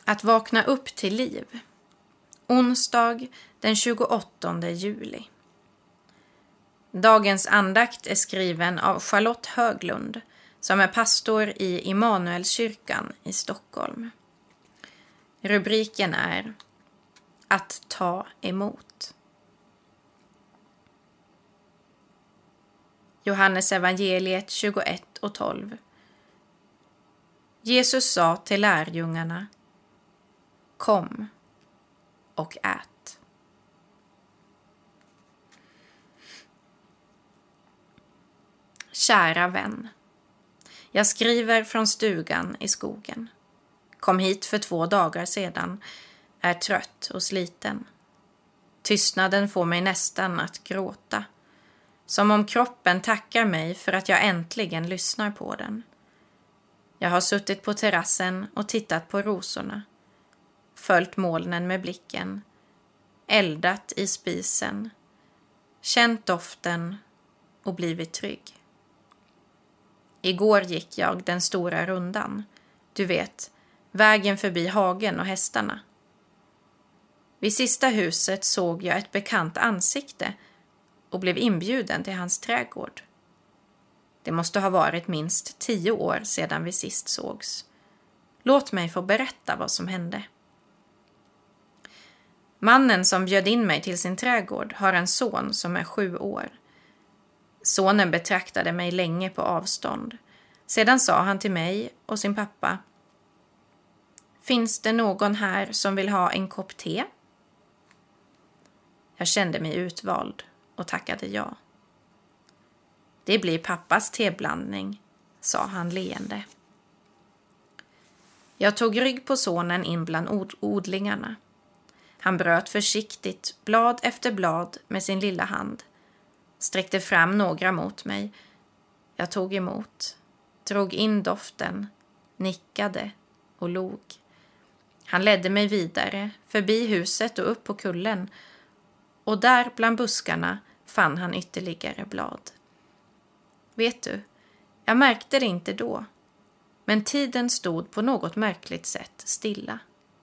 Att vakna upp till liv. Onsdag den 28 juli. Dagens andakt är skriven av Charlotte Höglund som är pastor i Immanuelskyrkan i Stockholm. Rubriken är Att ta emot. Johannes evangeliet 21:12. Jesus sa till lärjungarna: Kom och ät. Kära vän. Jag skriver från stugan i skogen. Kom hit för 2 dagar sedan, är trött och sliten. Tystnaden får mig nästan att gråta. Som om kroppen tackar mig för att jag äntligen lyssnar på den. Jag har suttit på terrassen och tittat på rosorna. Följt molnen med blicken. Eldat i spisen. Känt doften och blivit trygg. Igår gick jag den stora rundan. Du vet, vägen förbi hagen och hästarna. Vid sista huset såg jag ett bekant ansikte och blev inbjuden till hans trädgård. Det måste ha varit minst 10 år sedan vi sist sågs. Låt mig få berätta vad som hände. Mannen som bjöd in mig till sin trädgård har en son som är 7 år. Sonen betraktade mig länge på avstånd. Sedan sa han till mig och sin pappa: Finns det någon här som vill ha en kopp te? Jag kände mig utvald och tackade ja. Det blir pappas teblandning, sa han leende. Jag tog rygg på sonen in bland odlingarna. Han bröt försiktigt blad efter blad med sin lilla hand. Sträckte fram några mot mig. Jag tog emot, drog in doften, nickade och log. Han ledde mig vidare, förbi huset och upp på kullen. Och där bland buskarna fann han ytterligare blad. Vet du, jag märkte det inte då. Men tiden stod på något märkligt sätt stilla.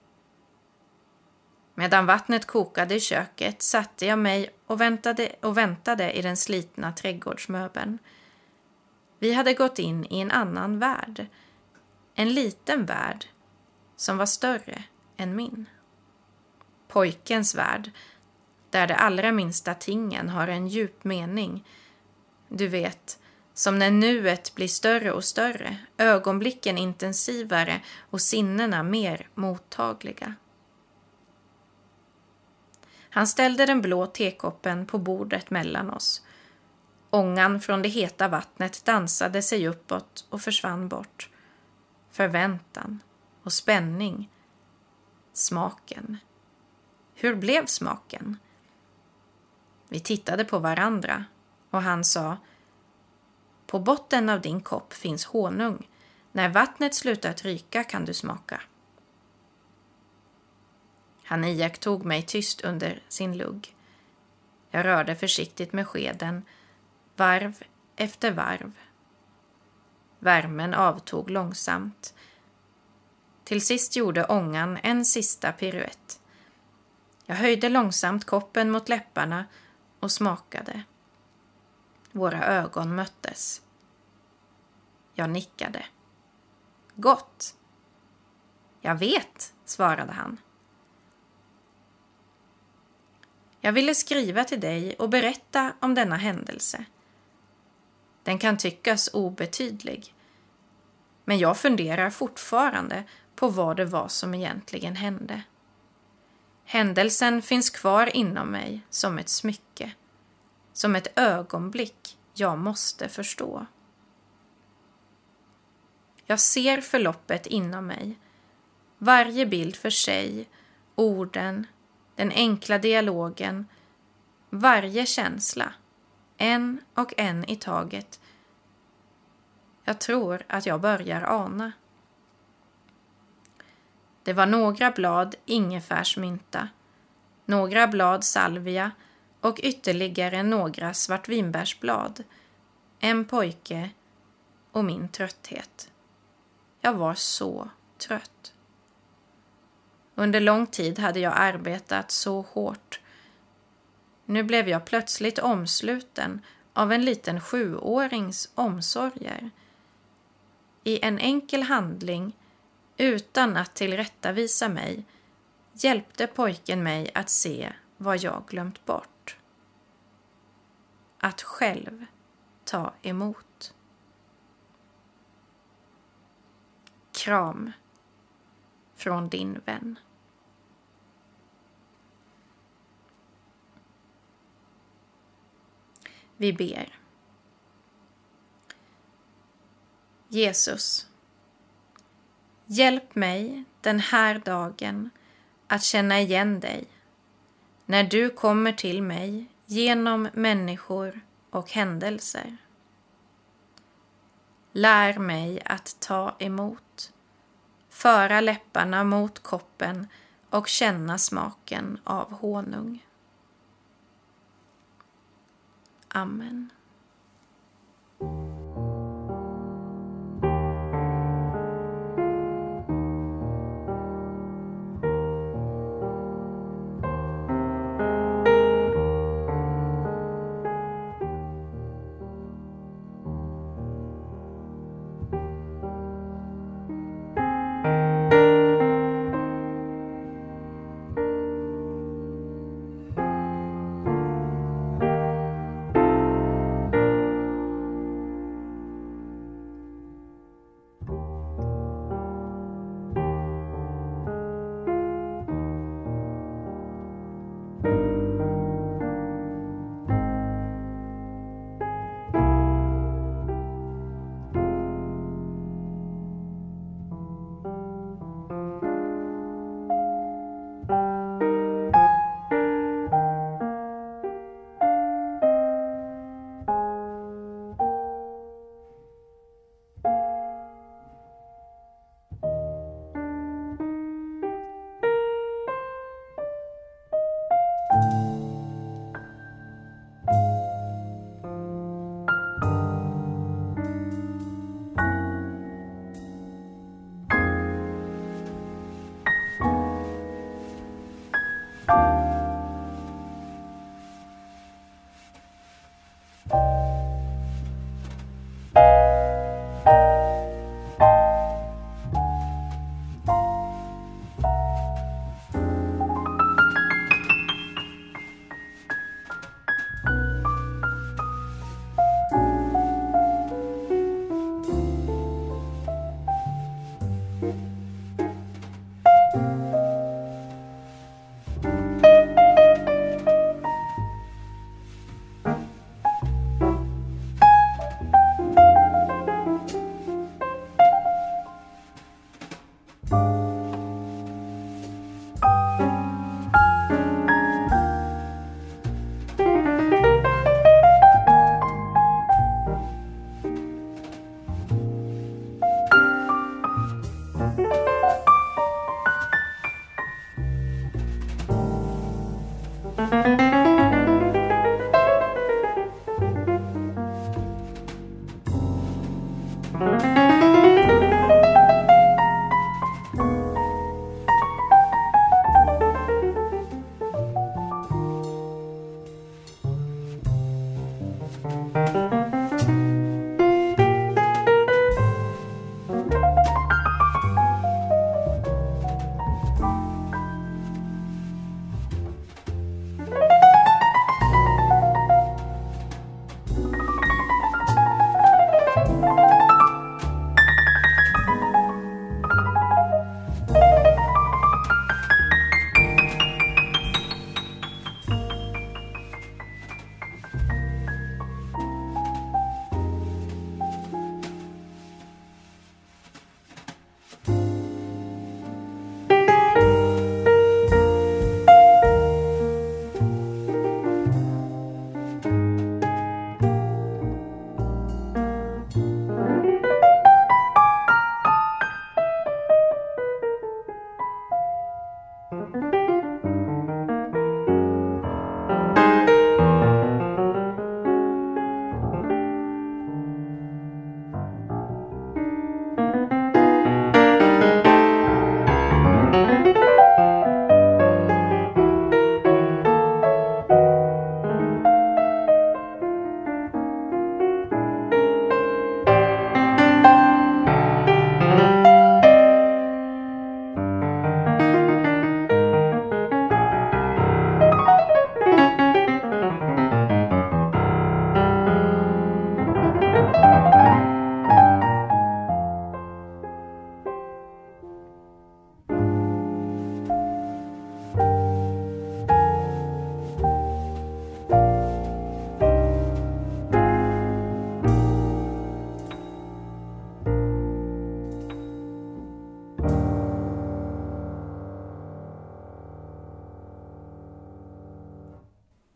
Medan vattnet kokade i köket satte jag mig och väntade i den slitna trädgårdsmöbeln. Vi hade gått in i en annan värld. En liten värld som var större än min. Pojkens värld, där de allra minsta tingen har en djup mening. Du vet, som när nuet blir större och större, ögonblicken intensivare och sinnena mer mottagliga. Han ställde den blå tekoppen på bordet mellan oss. Ångan från det heta vattnet dansade sig uppåt och försvann bort. Förväntan och spänning. Smaken. Hur blev smaken? Vi tittade på varandra och han sa: På botten av din kopp finns honung. När vattnet slutar ryka kan du smaka. Han iakttog mig tyst under sin lugg. Jag rörde försiktigt med skeden, varv efter varv. Värmen avtog långsamt. Till sist gjorde ångan en sista piruett. Jag höjde långsamt koppen mot läpparna och smakade. Våra ögon möttes. Jag nickade. Gott. Jag vet, svarade han. Jag ville skriva till dig och berätta om denna händelse. Den kan tyckas obetydlig. Men jag funderar fortfarande på vad det var som egentligen hände. Händelsen finns kvar inom mig som ett smycke. Som ett ögonblick jag måste förstå. Jag ser förloppet inom mig. Varje bild för sig, orden, den enkla dialogen, varje känsla, en och en i taget. Jag tror att jag börjar ana. Det var några blad ingefärsmynta, några blad salvia och ytterligare några svartvinbärsblad, en pojke och min trötthet. Jag var så trött. Under lång tid hade jag arbetat så hårt. Nu blev jag plötsligt omsluten av en liten 7-årings omsorger. I en enkel handling, utan att tillrättavisa mig, hjälpte pojken mig att se vad jag glömt bort. Att själv ta emot. Kram från din vän. Vi ber. Jesus, hjälp mig den här dagen att känna igen dig när du kommer till mig genom människor och händelser. Lär mig att ta emot, föra läpparna mot koppen och känna smaken av honung. Amen.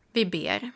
Vi ber.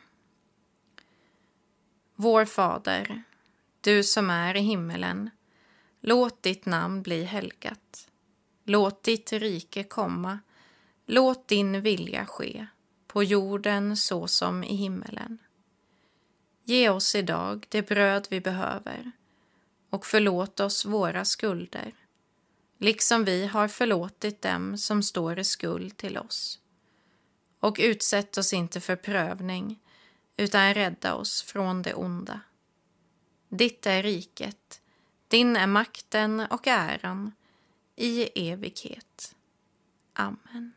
Vår Fader, du som är i himmelen, låt ditt namn bli helgat. Låt ditt rike komma. Låt din vilja ske, på jorden så som i himmelen. Ge oss idag det bröd vi behöver och förlåt oss våra skulder, liksom vi har förlåtit dem som står i skuld till oss. Och utsätt oss inte för prövning, utan rädda oss från det onda. Ditt är riket, din är makten och äran, i evighet. Amen.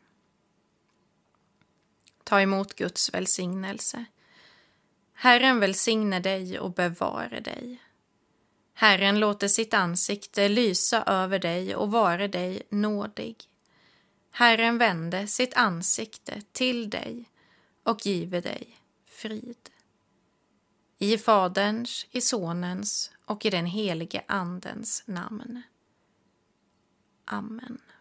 Ta emot Guds välsignelse. Herren välsigne dig och bevare dig. Herren låter sitt ansikte lysa över dig och vare dig nådig. Herren vände sitt ansikte till dig och give dig frid. I Faderns, i Sonens och i den helige Andens namn. Amen.